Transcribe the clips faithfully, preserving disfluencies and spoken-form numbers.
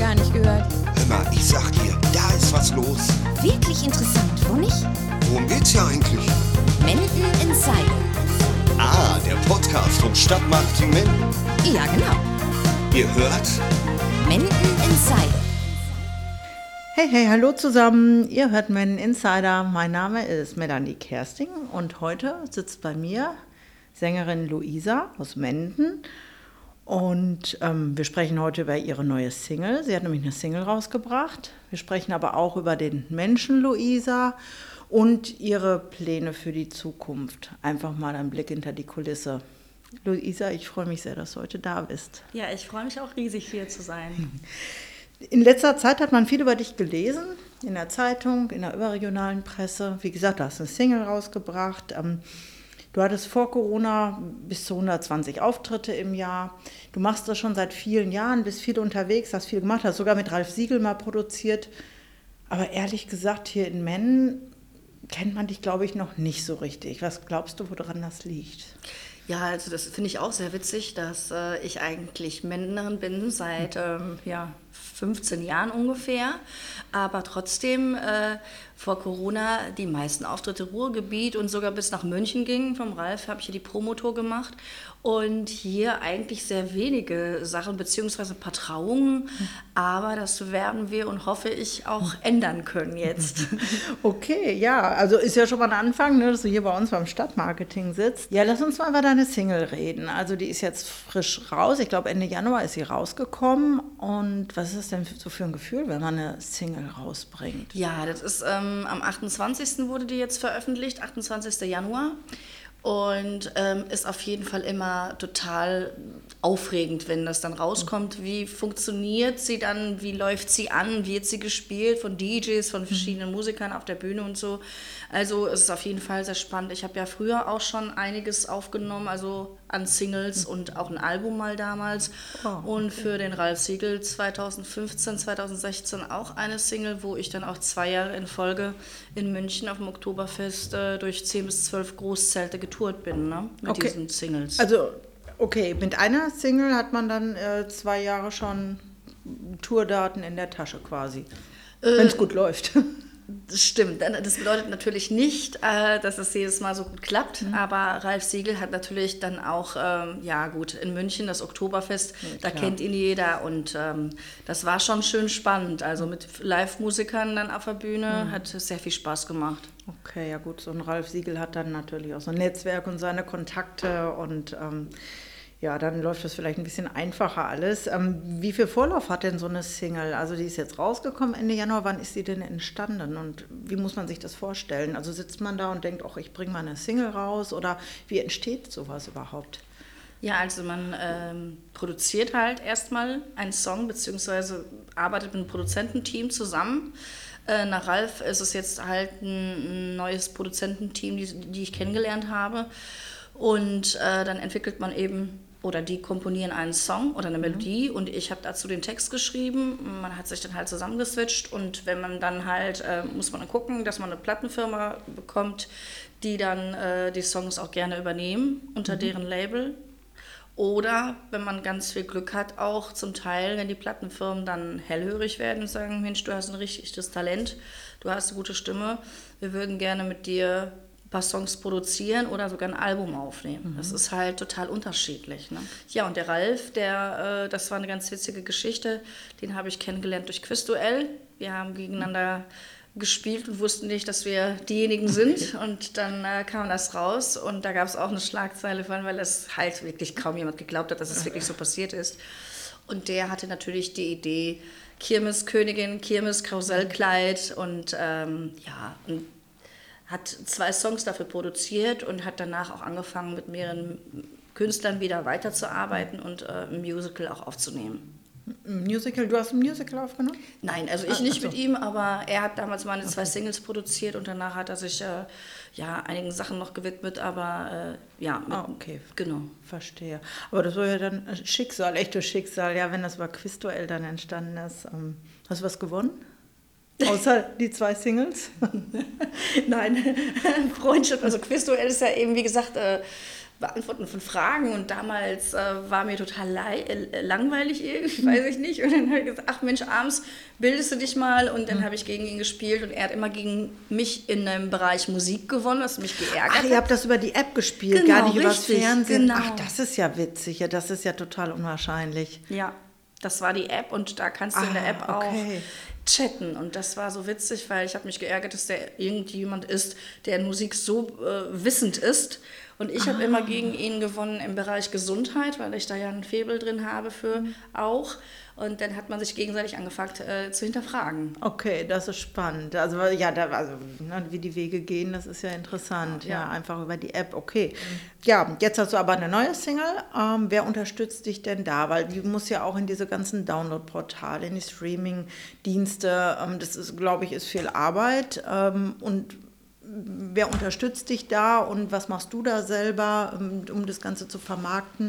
gar nicht gehört. Hör mal, ich sag dir, da ist was los. Wirklich interessant, wo nicht? Worum geht's hier eigentlich? Menden Insider. Ah, der Podcast vom Stadtmarketing Menden. Ja, genau. Ihr hört Menden Insider. Hey, hey, hallo zusammen. Ihr hört Menden Insider. Mein Name ist Melanie Kersting und heute sitzt bei mir Sängerin Luisa aus Menden. Und ähm, wir sprechen heute über ihre neue Single. Sie hat nämlich eine Single rausgebracht. Wir sprechen aber auch über den Menschen Luisa und ihre Pläne für die Zukunft. Einfach mal ein Blick hinter die Kulisse. Luisa, ich freue mich sehr, dass du heute da bist. Ja, ich freue mich auch riesig, hier zu sein. In letzter Zeit hat man viel über dich gelesen, in der Zeitung, in der überregionalen Presse. Wie gesagt, du hast eine Single rausgebracht. Ähm, Du hattest vor Corona bis zu hundertzwanzig Auftritte im Jahr. Du machst das schon seit vielen Jahren, bist viel unterwegs, hast viel gemacht, hast sogar mit Ralf Siegel mal produziert. Aber ehrlich gesagt, hier in Menden kennt man dich, glaube ich, noch nicht so richtig. Was glaubst du, woran das liegt? Ja, also das finde ich auch sehr witzig, dass äh, ich eigentlich Mendenerin bin seit ähm, ja, fünfzehn Jahren ungefähr, aber trotzdem äh, vor Corona die meisten Auftritte Ruhrgebiet und sogar bis nach München gingen. Vom Ralf habe ich hier die Promotour gemacht und hier eigentlich sehr wenige Sachen beziehungsweise ein paar Trauungen, aber das werden wir und hoffe ich auch ändern können jetzt. Okay, ja, also ist ja schon mal ein Anfang, ne, dass du hier bei uns beim Stadtmarketing sitzt. Ja, lass uns mal über deine Single reden. Also die ist jetzt frisch raus, ich glaube Ende Januar ist sie rausgekommen. Und was ist das denn so für ein Gefühl, wenn man eine Single rausbringt? Ja, das ist ähm, am achtundzwanzigsten wurde die jetzt veröffentlicht, achtundzwanzigsten Januar. Und ähm, ist auf jeden Fall immer total aufregend, wenn das dann rauskommt. Wie funktioniert sie dann, wie läuft sie an, wie wird sie gespielt von D Js, von verschiedenen Musikern auf der Bühne und so. Also es ist auf jeden Fall sehr spannend. Ich habe ja früher auch schon einiges aufgenommen, also an Singles und auch ein Album mal damals. Oh, okay. Und für den Ralf Siegel zweitausendfünfzehn, zweitausendsechzehn auch eine Single, wo ich dann auch zwei Jahre in Folge in München auf dem Oktoberfest äh, durch zehn bis zwölf Großzelte getourt bin, ne? Mit okay. diesen Singles. Also, okay, mit einer Single hat man dann äh, zwei Jahre schon Tourdaten in der Tasche quasi, äh, wenn es gut läuft. Das stimmt. Das bedeutet natürlich nicht, dass es jedes Mal so gut klappt, mhm. aber Ralf Siegel hat natürlich dann auch, ähm, ja gut, in München das Oktoberfest, ja, da kennt ihn jeder und ähm, das war schon schön spannend. Also mit Live-Musikern dann auf der Bühne, mhm. hat sehr viel Spaß gemacht. Okay, ja gut, so ein Ralf Siegel hat dann natürlich auch so ein Netzwerk und seine Kontakte und ähm, ja, dann läuft das vielleicht ein bisschen einfacher alles. Ähm, wie viel Vorlauf hat denn so eine Single? Also die ist jetzt rausgekommen Ende Januar. Wann ist die denn entstanden und wie muss man sich das vorstellen? Also sitzt man da und denkt, ach, ich bringe mal eine Single raus oder wie entsteht sowas überhaupt? Ja, also man ähm, produziert halt erstmal einen Song beziehungsweise arbeitet mit einem Produzententeam zusammen. Äh, nach Ralf ist es jetzt halt ein neues Produzententeam, die, die ich kennengelernt habe. Und äh, dann entwickelt man eben, oder die komponieren einen Song oder eine Melodie und ich habe dazu den Text geschrieben. Man hat sich dann halt zusammengeswitcht und wenn man dann halt, äh, muss man dann gucken, dass man eine Plattenfirma bekommt, die dann äh, die Songs auch gerne übernehmen unter mhm. deren Label. Oder, wenn man ganz viel Glück hat, auch zum Teil, wenn die Plattenfirmen dann hellhörig werden und sagen, Mensch, du hast ein richtiges Talent, du hast eine gute Stimme, wir würden gerne mit dir ein paar Songs produzieren oder sogar ein Album aufnehmen. Mhm. Das ist halt total unterschiedlich. Ne? Ja, und der Ralf, der, äh, das war eine ganz witzige Geschichte, den habe ich kennengelernt durch Quizduell. Wir haben gegeneinander gespielt und wussten nicht, dass wir diejenigen sind. Und dann äh, kam das raus und da gab es auch eine Schlagzeile von, weil es halt wirklich kaum jemand geglaubt hat, dass es wirklich so passiert ist. Und der hatte natürlich die Idee, Kirmeskönigin, Kirmes-Karussellkleid und ähm, ja, und hat zwei Songs dafür produziert und hat danach auch angefangen, mit mehreren Künstlern wieder weiterzuarbeiten und äh, ein Musical auch aufzunehmen. Ein Musical? Du hast ein Musical aufgenommen? Nein, also ich ah, nicht so. mit ihm, aber er hat damals meine zwei okay. Singles produziert und danach hat er sich äh, ja, einigen Sachen noch gewidmet, aber äh, ja. Mit, ah, okay. Genau. Verstehe. Aber das war ja dann Schicksal, echtes Schicksal, ja, wenn das bei Quizduell dann entstanden ist. Ähm, hast du was gewonnen? Außer die zwei Singles? Nein, Freundschaft, also Quizduell ist ja eben, wie gesagt, äh, Beantworten von Fragen und damals äh, war mir total lei- äh, langweilig irgendwie, weiß ich nicht. Und dann habe ich gesagt, ach Mensch, abends bildest du dich mal und dann mhm. habe ich gegen ihn gespielt und er hat immer gegen mich in einem Bereich Musik gewonnen, was mich geärgert Ach, hat. ihr habt das über die App gespielt, Genau, gar nicht übers richtig, Fernsehen. genau. Ach, das ist ja witzig, ja, das ist ja total unwahrscheinlich. Ja, das war die App und da kannst du Ah, in der App okay. auch chatten und das war so witzig, weil ich habe mich geärgert, dass der irgendjemand ist, der in Musik so äh, wissend ist. Und ich ah. habe immer gegen ihn gewonnen im Bereich Gesundheit, weil ich da ja ein Faible drin habe für mhm. auch. Und dann hat man sich gegenseitig angefangen äh, zu hinterfragen. Okay, das ist spannend. Also ja, da, also ne, wie die Wege gehen, das ist ja interessant. Ja, ja einfach über die App, okay. Mhm. Ja, jetzt hast du aber eine neue Single. Ähm, wer unterstützt dich denn da? Weil du musst ja auch in diese ganzen Download-Portale, in die Streaming-Dienste. Ähm, das ist, glaube ich, ist viel Arbeit. Ähm, und wer unterstützt dich da und was machst du da selber, um das Ganze zu vermarkten?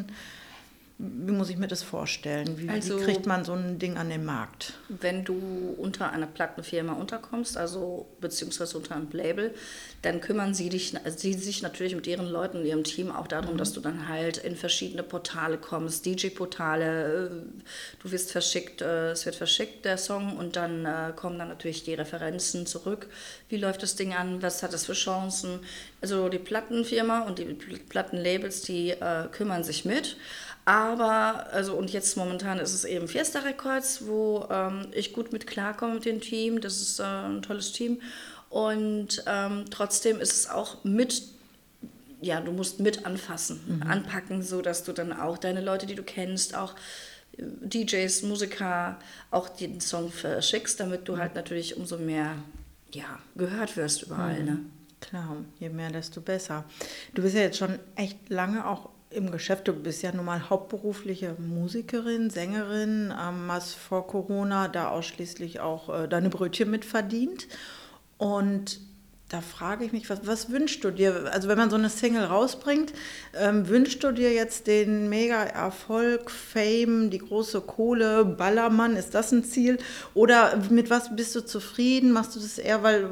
Wie muss ich mir das vorstellen? Wie, also, wie kriegt man so ein Ding an den Markt? Wenn du unter einer Plattenfirma unterkommst, also beziehungsweise unter einem Label, dann kümmern sie, dich, sie sich natürlich mit ihren Leuten und ihrem Team auch darum, mhm. dass du dann halt in verschiedene Portale kommst, D J-Portale, du wirst verschickt, es wird verschickt, der Song, und dann kommen dann natürlich die Referenzen zurück. Wie läuft das Ding an? Was hat es für Chancen? Also die Plattenfirma und die Plattenlabels, die äh, kümmern sich mit. Aber, also und jetzt momentan ist es eben Fiesta Records, wo ähm, ich gut mit klarkomme mit dem Team. Das ist äh, ein tolles Team. Und ähm, trotzdem ist es auch mit, ja, du musst mit anfassen, mhm. anpacken, so dass du dann auch deine Leute, die du kennst, auch D Js, Musiker, auch den Song verschickst, damit du halt natürlich umso mehr, ja, gehört wirst überall, mhm. ne? Klar, je mehr, desto besser. Du bist ja jetzt schon echt lange auch im Geschäft. Du bist ja nun mal hauptberufliche Musikerin, Sängerin, ähm, hast vor Corona da ausschließlich auch äh, deine Brötchen mitverdient. Und da frage ich mich, was, was wünschst du dir? Also wenn man so eine Single rausbringt, ähm, wünschst du dir jetzt den Mega-Erfolg, Fame, die große Kohle, Ballermann, ist das ein Ziel? Oder mit was bist du zufrieden? Machst du das eher, weil...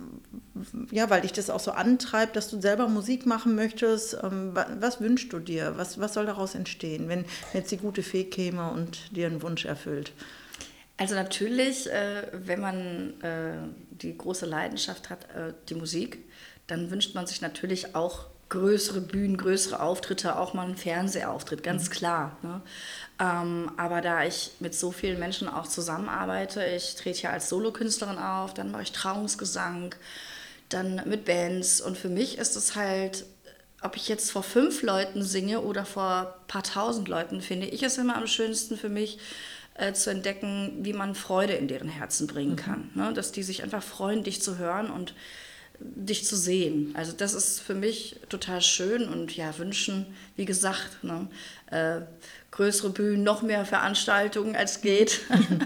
Ja, weil dich das auch so antreibt, dass du selber Musik machen möchtest. Ähm, was, was wünschst du dir? Was, was soll daraus entstehen, wenn jetzt die gute Fee käme und dir einen Wunsch erfüllt? Also natürlich, äh, wenn man äh, die große Leidenschaft hat, äh, die Musik, dann wünscht man sich natürlich auch größere Bühnen, größere Auftritte, auch mal einen Fernsehauftritt, ganz mhm. klar. Ne? Ähm, aber da ich mit so vielen Menschen auch zusammenarbeite, ich trete ja als Solokünstlerin auf, dann mache ich Trauungsgesang, dann mit Bands, und für mich ist es halt, ob ich jetzt vor fünf Leuten singe oder vor ein paar tausend Leuten, finde ich es immer am schönsten für mich, äh, zu entdecken, wie man Freude in deren Herzen bringen kann. Mhm. Ne? Dass die sich einfach freuen, dich zu hören und dich zu sehen. Also das ist für mich total schön, und ja, wünschen, wie gesagt, ne, äh, größere Bühnen, noch mehr Veranstaltungen als geht.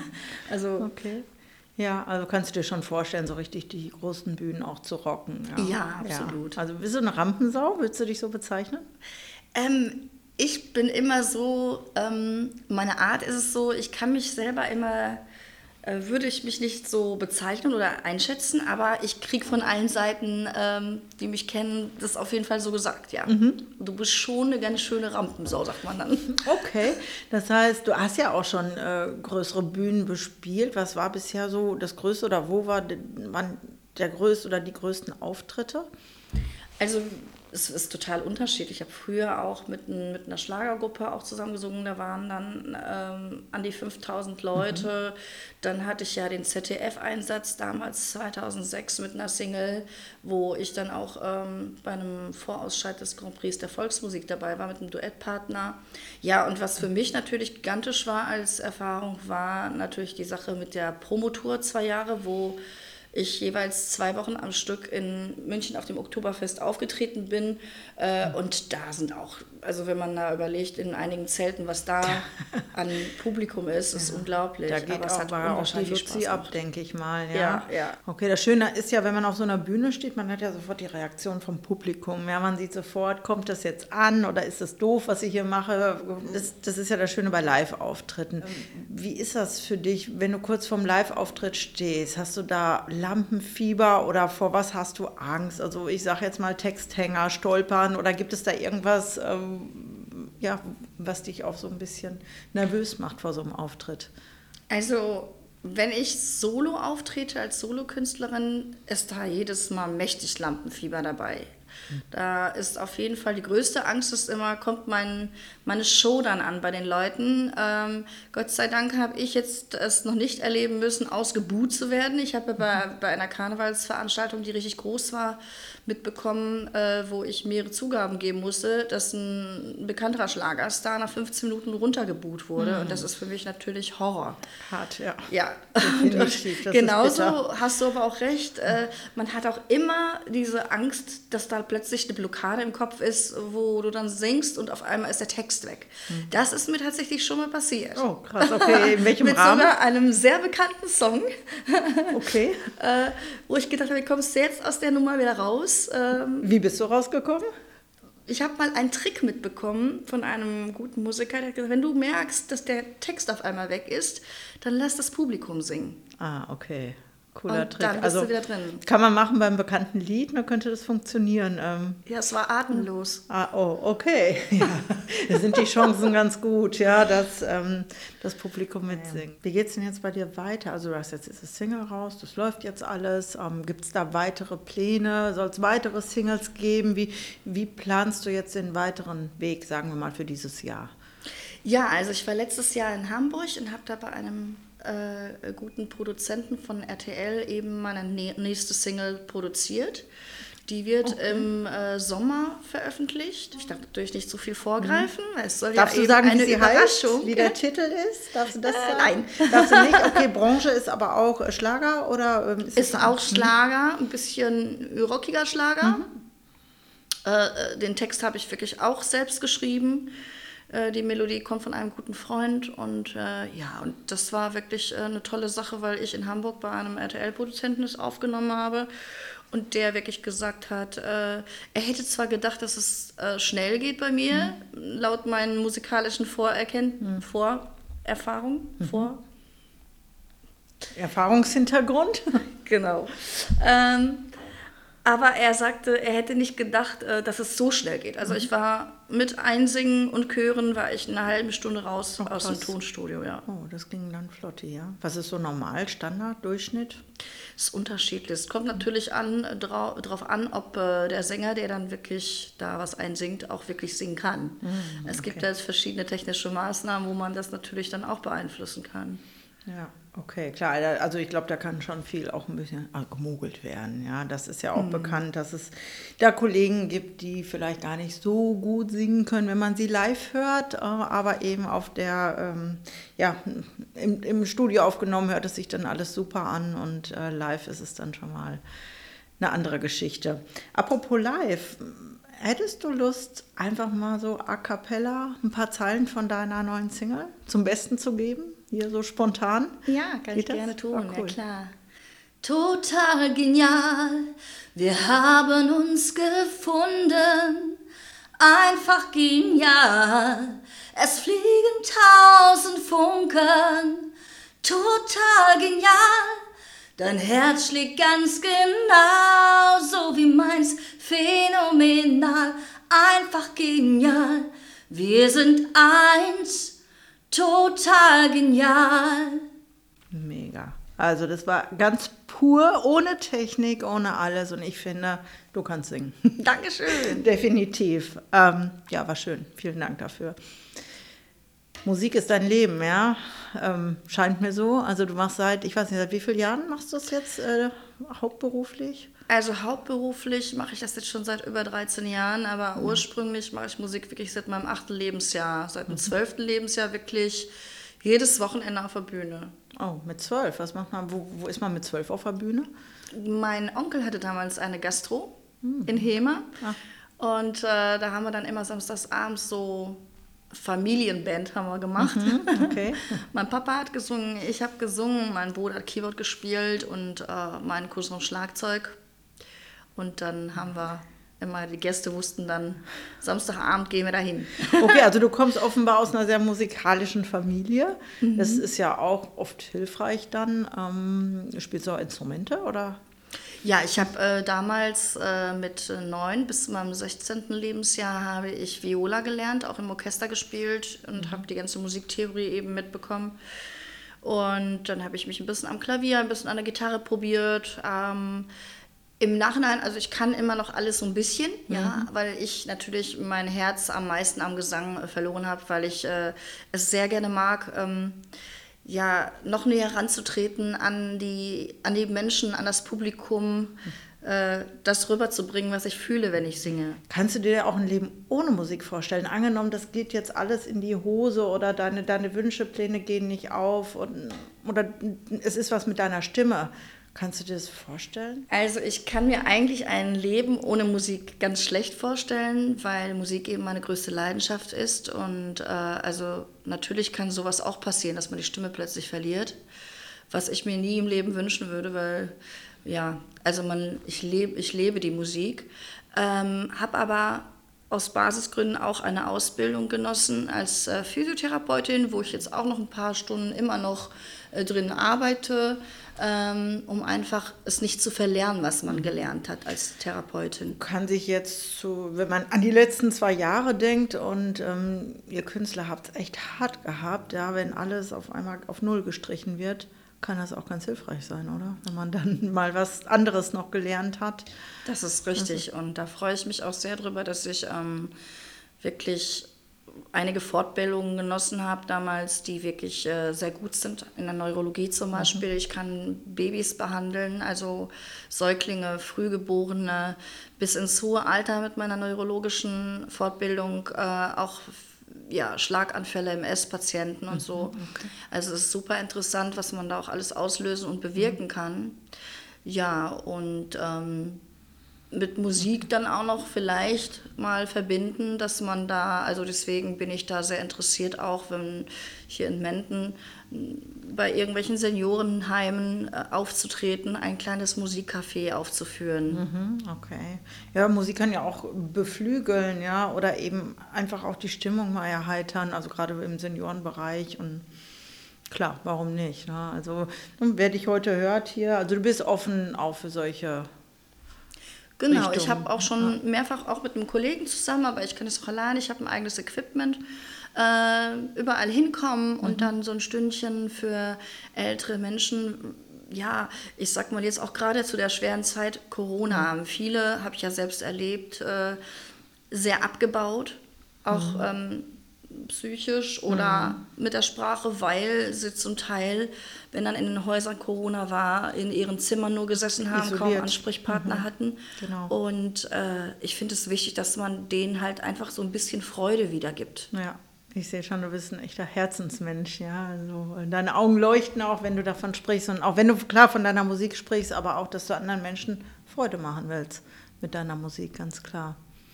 Also okay. Ja, also kannst du dir schon vorstellen, so richtig die großen Bühnen auch zu rocken. Ja, ja, absolut. Ja. Also bist du eine Rampensau? Willst du dich so bezeichnen? Ähm, ich bin immer so, ähm, meine Art ist es so, ich kann mich selber immer, äh, würde ich mich nicht so bezeichnen oder einschätzen, aber ich kriege von allen Seiten, ähm, die mich kennen, das auf jeden Fall so gesagt, ja. Mhm. Du bist schon eine ganz schöne Rampensau, sagt man dann. Okay, das heißt, du hast ja auch schon äh, größere Bühnen bespielt. Was war bisher so das Größte, oder wo war de, waren der größte oder die größten Auftritte? Also es ist total unterschiedlich. Ich habe früher auch mit, mit einer Schlagergruppe auch zusammengesungen. Da waren dann ähm, an die fünftausend Leute. Mhm. Dann hatte ich ja den Z D F-Einsatz damals zweitausendsechs mit einer Single, wo ich dann auch ähm, bei einem Vorausscheid des Grand Prix der Volksmusik dabei war mit einem Duettpartner. Ja, und was für mich natürlich gigantisch war als Erfahrung, war natürlich die Sache mit der Promotour zwei Jahre, wo ich jeweils zwei Wochen am Stück in München auf dem Oktoberfest aufgetreten bin. Äh, und da sind auch, also wenn man da überlegt, in einigen Zelten, was da an Publikum ist, ist ja unglaublich. Da geht aber es hat auch die Luzi ab, denke ich mal. Ja. Ja, ja. Okay, das Schöne ist ja, wenn man auf so einer Bühne steht, man hat ja sofort die Reaktion vom Publikum. Ja, man sieht sofort, kommt das jetzt an oder ist das doof, was ich hier mache? Das, das ist ja das Schöne bei Live-Auftritten. Wie ist das für dich, wenn du kurz vorm Live-Auftritt stehst? Hast du da Lampenfieber oder vor was hast du Angst? Also ich sage jetzt mal Texthänger, Stolpern oder gibt es da irgendwas, ähm, ja, was dich auch so ein bisschen nervös macht vor so einem Auftritt? Also, wenn ich solo auftrete als Solokünstlerin, ist da jedes Mal mächtig Lampenfieber dabei. Da ist auf jeden Fall die größte Angst, ist immer, kommt mein, meine Show dann an bei den Leuten. Ähm, Gott sei Dank habe ich jetzt es noch nicht erleben müssen, ausgebuht zu werden. Ich habe bei, bei einer Karnevalsveranstaltung, die richtig groß war, mitbekommen, äh, wo ich mehrere Zugaben geben musste, dass ein bekannterer Schlagerstar nach fünfzehn Minuten runtergebuht wurde. Mhm. Und das ist für mich natürlich Horror. Hart, ja. Ja, definitiv. Das genauso ist bitter. hast du aber auch recht. Äh, man hat auch immer diese Angst, dass da plötzlich eine Blockade im Kopf ist, wo du dann singst und auf einmal ist der Text weg. Mhm. Das ist mir tatsächlich schon mal passiert. Oh, krass, okay. In welchem Mit Rahmen? Mit sogar einem sehr bekannten Song. Okay. äh, wo ich gedacht habe, wie kommst du jetzt aus der Nummer wieder raus? Ähm, Wie bist du rausgekommen? Ich habe mal einen Trick mitbekommen von einem guten Musiker, der hat gesagt, wenn du merkst, dass der Text auf einmal weg ist, dann lass das Publikum singen. Ah, okay. Cooler und Trick. Dann bist also du wieder drin. Kann man machen beim bekannten Lied, dann könnte das funktionieren. Ähm, ja, es war atemlos. Ah, oh, okay. Ja, da sind die Chancen ganz gut, ja, dass ähm, das Publikum mitsingt. Wie geht es denn jetzt bei dir weiter? Also du hast jetzt das Single raus, das läuft jetzt alles. Ähm, Gibt es da weitere Pläne? Soll es weitere Singles geben? Wie, wie planst du jetzt den weiteren Weg, sagen wir mal, für dieses Jahr? Ja, also ich war letztes Jahr in Hamburg und habe da bei einem äh, guten Produzenten von R T L eben meine nächste Single produziert. Die wird okay. im äh, Sommer veröffentlicht. Ich darf natürlich nicht so viel vorgreifen. Mhm. Es soll Darfst ja du sagen, eine wie sie Überraschung, heißt, wie der Titel ist? Darfst du das äh, sagen? Nein. Darfst du nicht? Okay, Branche ist aber auch Schlager oder ähm, ist Ist es auch Schlager, ein bisschen rockiger Schlager. Mhm. Äh, den Text habe ich wirklich auch selbst geschrieben. Äh, die Melodie kommt von einem guten Freund und äh, ja, und das war wirklich äh, eine tolle Sache, weil ich in Hamburg bei einem R T L-Produzenten es aufgenommen habe. Und der wirklich gesagt hat, äh, er hätte zwar gedacht, dass es äh, schnell geht bei mir, mhm. laut meinen musikalischen Vorerkennt- mhm. Vorerfahrungen, mhm. vor Erfahrungshintergrund. Genau. Ähm, aber er sagte, er hätte nicht gedacht, äh, dass es so schnell geht. Also mhm. ich war mit Einsingen und Chören, war ich eine halbe Stunde raus oh, aus dem Tonstudio. Ja. Oh, das ging dann flott, ja. Was ist so normal, Standard, Durchschnitt? Das ist unterschiedlich. Es kommt natürlich an, drau- drauf an, ob äh, der Sänger, der dann wirklich da was einsingt, auch wirklich singen kann. Mhm, es okay. gibt jetzt verschiedene technische Maßnahmen, wo man das natürlich dann auch beeinflussen kann. Ja, okay, klar. Also ich glaube, da kann schon viel auch ein bisschen gemogelt werden. Ja, das ist ja auch mhm. bekannt, dass es da Kollegen gibt, die vielleicht gar nicht so gut singen können, wenn man sie live hört, aber eben auf der, ähm, ja, im, im Studio aufgenommen hört es sich dann alles super an und äh, live ist es dann schon mal eine andere Geschichte. Apropos live, hättest du Lust, einfach mal so a cappella ein paar Zeilen von deiner neuen Single zum Besten zu geben? Hier so spontan? Ja, kann Geht ich gerne das? tun, Oh, cool. ja klar. Total genial, wir haben uns gefunden, einfach genial, es fliegen tausend Funken, total genial, dein Herz schlägt ganz genau, so wie meins, phänomenal, einfach genial, wir sind eins. Total genial. Mega. Also das war ganz pur, ohne Technik, ohne alles. Und ich finde, du kannst singen. Dankeschön. Definitiv. Ähm, ja, war schön. Vielen Dank dafür. Musik ist dein Leben, ja. Ähm, scheint mir so. Also du machst seit, ich weiß nicht, seit wie vielen Jahren machst du das jetzt äh, hauptberuflich? Also hauptberuflich mache ich das jetzt schon seit über dreizehn Jahren, aber mhm. ursprünglich mache ich Musik wirklich seit meinem achten Lebensjahr, seit dem mhm. zwölften Lebensjahr wirklich jedes Wochenende auf der Bühne. Oh, mit zwölf? Was macht man? Wo, wo ist man mit zwölf auf der Bühne? Mein Onkel hatte damals eine Gastro mhm. in Hema ah. und äh, da haben wir dann immer samstags abends so Familienband haben wir gemacht. Mhm, okay. Mein Papa hat gesungen, ich habe gesungen, mein Bruder hat Keyboard gespielt und äh, mein Cousin Schlagzeug. Und dann haben wir immer die Gäste wussten dann, Samstagabend gehen wir dahin. Okay, also du kommst offenbar aus einer sehr musikalischen Familie. Mhm. Das ist ja auch oft hilfreich dann. Ähm, spielst du auch Instrumente oder? Ja, ich habe äh, damals äh, mit neun bis zu meinem sechzehnten Lebensjahr habe ich Viola gelernt, auch im Orchester gespielt und mhm. habe die ganze Musiktheorie eben mitbekommen. Und dann habe ich mich ein bisschen am Klavier, ein bisschen an der Gitarre probiert. Ähm, Im Nachhinein, also ich kann immer noch alles so ein bisschen, mhm. ja, weil ich natürlich mein Herz am meisten am Gesang äh, verloren habe, weil ich äh, es sehr gerne mag, ähm, ja, noch näher ranzutreten an die, an die Menschen, an das Publikum, äh, das rüberzubringen, was ich fühle, wenn ich singe. Kannst du dir auch ein Leben ohne Musik vorstellen? Angenommen, das geht jetzt alles in die Hose oder deine, deine Wünsche, Pläne gehen nicht auf und, oder es ist was mit deiner Stimme. Kannst du dir das vorstellen? Also ich kann mir eigentlich ein Leben ohne Musik ganz schlecht vorstellen, weil Musik eben meine größte Leidenschaft ist. Und äh, also natürlich kann sowas auch passieren, dass man die Stimme plötzlich verliert, was ich mir nie im Leben wünschen würde, weil ja, also man, ich, leb, ich lebe die Musik, ähm, habe aber aus Basisgründen auch eine Ausbildung genossen als äh, Physiotherapeutin, wo ich jetzt auch noch ein paar Stunden immer noch äh, drin arbeite, ähm, um einfach es nicht zu verlernen, was man gelernt hat als Therapeutin. Kann sich jetzt, zu, wenn man an die letzten zwei Jahre denkt und ähm, ihr Künstler habt es echt hart gehabt, ja, wenn alles auf einmal auf Null gestrichen wird, kann das auch ganz hilfreich sein, oder? Wenn man dann mal was anderes noch gelernt hat. Das ist richtig und da freue ich mich auch sehr drüber, dass ich ähm, wirklich einige Fortbildungen genossen habe damals, die wirklich äh, sehr gut sind. In der Neurologie zum Beispiel. Mhm. Ich kann Babys behandeln, also Säuglinge, Frühgeborene, bis ins hohe Alter mit meiner neurologischen Fortbildung, äh, auch ja, Schlaganfälle, M S-Patienten und so. Okay. Also es ist super interessant, was man da auch alles auslösen und bewirken mhm. kann. Ja, und ähm, mit Musik dann auch noch vielleicht mal verbinden, dass man da, also deswegen bin ich da sehr interessiert, auch wenn hier in Menden bei irgendwelchen Seniorenheimen äh, aufzutreten, ein kleines Musikcafé aufzuführen. Mhm, okay. Ja, Musik kann ja auch beflügeln, ja, oder eben einfach auch die Stimmung mal erheitern, also gerade im Seniorenbereich und klar, warum nicht, ne? Also wer dich heute hört hier, also du bist offen auch für solche Genau, Richtung. Ich habe auch schon mehrfach auch mit einem Kollegen zusammen, aber ich kann es auch alleine, ich habe ein eigenes Equipment, äh, überall hinkommen mhm. und dann so ein Stündchen für ältere Menschen, ja, ich sag mal jetzt auch gerade zu der schweren Zeit Corona, mhm. viele, habe ich ja selbst erlebt, äh, sehr abgebaut, auch mhm. ähm, psychisch oder mhm. mit der Sprache, weil sie zum Teil, wenn dann in den Häusern Corona war, in ihren Zimmern nur gesessen haben, isoliert. kaum Ansprechpartner mhm. hatten. Genau. Und äh, ich finde es wichtig, dass man denen halt einfach so ein bisschen Freude wiedergibt. Ja, ich sehe schon, du bist ein echter Herzensmensch, ja. Also deine Augen leuchten auch, wenn du davon sprichst und auch wenn du klar von deiner Musik sprichst, aber auch, dass du anderen Menschen Freude machen willst mit deiner Musik, ganz klar.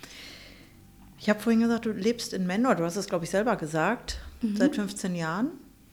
Ich habe vorhin gesagt, du lebst in Menden, du hast es, glaube ich, selber gesagt, mhm. seit fünfzehn Jahren.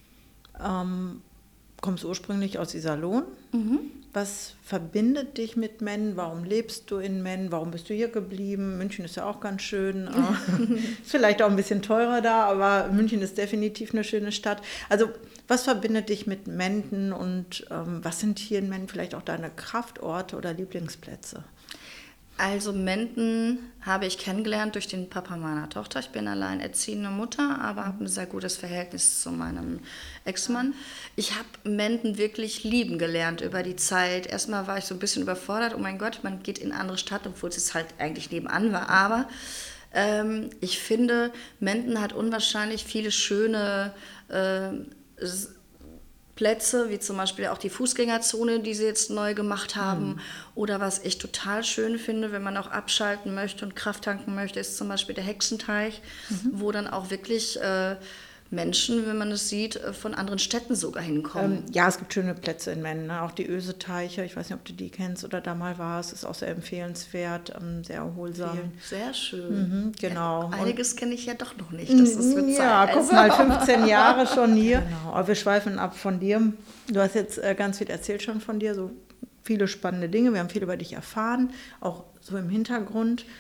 Ähm, kommst ursprünglich aus Iserlohn. Mhm. Was verbindet dich mit Menden? Warum lebst du in Menden? Warum bist du hier geblieben? München ist ja auch ganz schön. Ist vielleicht auch ein bisschen teurer da, aber München ist definitiv eine schöne Stadt. Also was verbindet dich mit Menden und ähm, was sind hier in Menden vielleicht auch deine Kraftorte oder Lieblingsplätze? Also Menden habe ich kennengelernt durch den Papa meiner Tochter. Ich bin alleinerziehende Mutter, aber habe ein sehr gutes Verhältnis zu meinem Ex-Mann. Ich habe Menden wirklich lieben gelernt über die Zeit. Erstmal war ich so ein bisschen überfordert. Oh mein Gott, man geht in eine andere Stadt, obwohl es halt eigentlich nebenan war. Aber ähm, ich finde, Menden hat unwahrscheinlich viele schöne äh, Plätze, wie zum Beispiel auch die Fußgängerzone, die sie jetzt neu gemacht haben. Mhm. Oder was ich total schön finde, wenn man auch abschalten möchte und Kraft tanken möchte, ist zum Beispiel der Hexenteich, mhm. wo dann auch wirklich äh, Menschen, wenn man es sieht, von anderen Städten sogar hinkommen. Ähm, ja, es gibt schöne Plätze in Menden, ne? Auch die Öse-Teiche, ich weiß nicht, ob du die kennst oder da mal warst, ist auch sehr empfehlenswert, ähm, sehr erholsam. Sehr schön. Mhm, genau. Ja, einiges kenne ich ja doch noch nicht, das ist mit Ja, Zeit. guck mal, fünfzehn Jahre schon hier. Genau, aber wir schweifen ab von dir. Du hast jetzt äh, ganz viel erzählt schon von dir, so viele spannende Dinge, wir haben viel über dich erfahren, auch so im Hintergrund.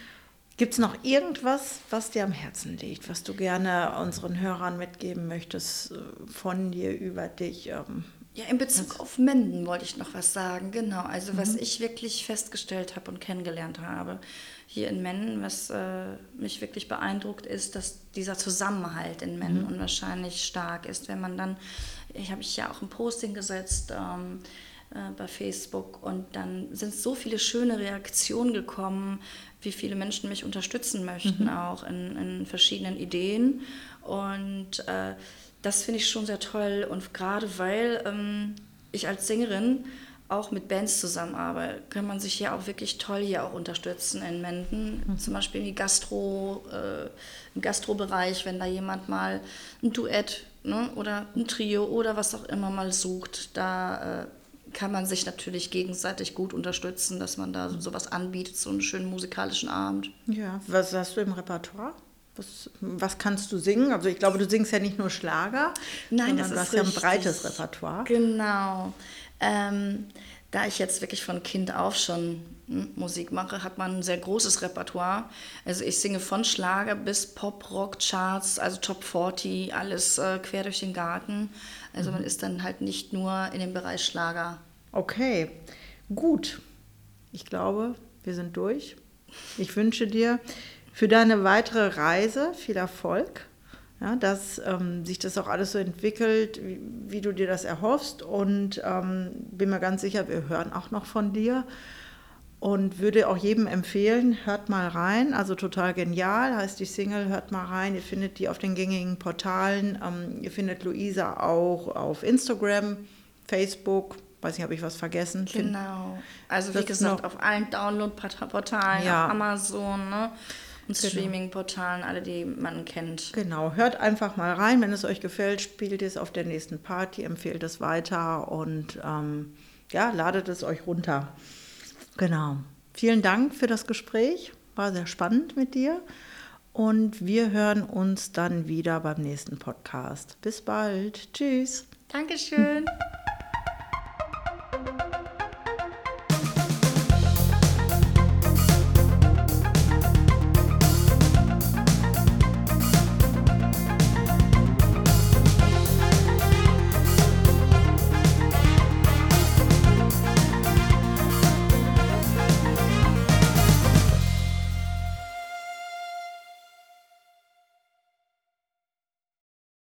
Gibt es noch irgendwas, was dir am Herzen liegt, was du gerne unseren Hörern mitgeben möchtest, äh, von dir, über dich? Ähm, Ja, in Bezug auf Menden wollte ich noch was sagen, genau. Also was ich wirklich festgestellt habe und kennengelernt habe hier in Menden, was äh, mich wirklich beeindruckt ist, dass dieser Zusammenhalt in Menden mhm. unwahrscheinlich stark ist. Wenn man dann, ich habe ich ja auch ein Posting gesetzt ähm, äh, bei Facebook und dann sind so viele schöne Reaktionen gekommen, wie viele Menschen mich unterstützen möchten, mhm. auch in, in verschiedenen Ideen und äh, das finde ich schon sehr toll und gerade weil ähm, ich als Sängerin auch mit Bands zusammenarbeite, kann man sich hier auch wirklich toll hier auch unterstützen in Menden. Mhm. Zum Beispiel im Gastro, äh, im Gastrobereich, wenn da jemand mal ein Duett, ne, oder ein Trio oder was auch immer mal sucht, da äh, kann man sich natürlich gegenseitig gut unterstützen, dass man da sowas anbietet, so einen schönen musikalischen Abend. Ja, was hast du im Repertoire? Was, was kannst du singen? Also ich glaube, du singst ja nicht nur Schlager, Nein, sondern das du ist hast ja ein richtig. breites Repertoire. Genau. Ähm, da ich jetzt wirklich von Kind auf schon hm, Musik mache, hat man ein sehr großes Repertoire. Also ich singe von Schlager bis Pop, Rock, Charts, also Top vierzig, alles äh, quer durch den Garten. Also mhm. man ist dann halt nicht nur in dem Bereich Schlager. Okay, gut. Ich glaube, wir sind durch. Ich wünsche dir für deine weitere Reise viel Erfolg, ja, dass ähm, sich das auch alles so entwickelt, wie, wie du dir das erhoffst und ähm, bin mir ganz sicher, wir hören auch noch von dir und würde auch jedem empfehlen, hört mal rein, also total genial, heißt die Single, hört mal rein, ihr findet die auf den gängigen Portalen, ähm, ihr findet Luisa auch auf Instagram, Facebook, weiß nicht, habe ich was vergessen? Genau, also wie gesagt, auf allen Download-Portalen, ja. auf Amazon, ne? Und Streaming-Portalen, alle, die man kennt. Genau, hört einfach mal rein, wenn es euch gefällt, spielt es auf der nächsten Party, empfehlt es weiter und ähm, ja, ladet es euch runter. Genau. Vielen Dank für das Gespräch, war sehr spannend mit dir und wir hören uns dann wieder beim nächsten Podcast. Bis bald. Tschüss. Dankeschön.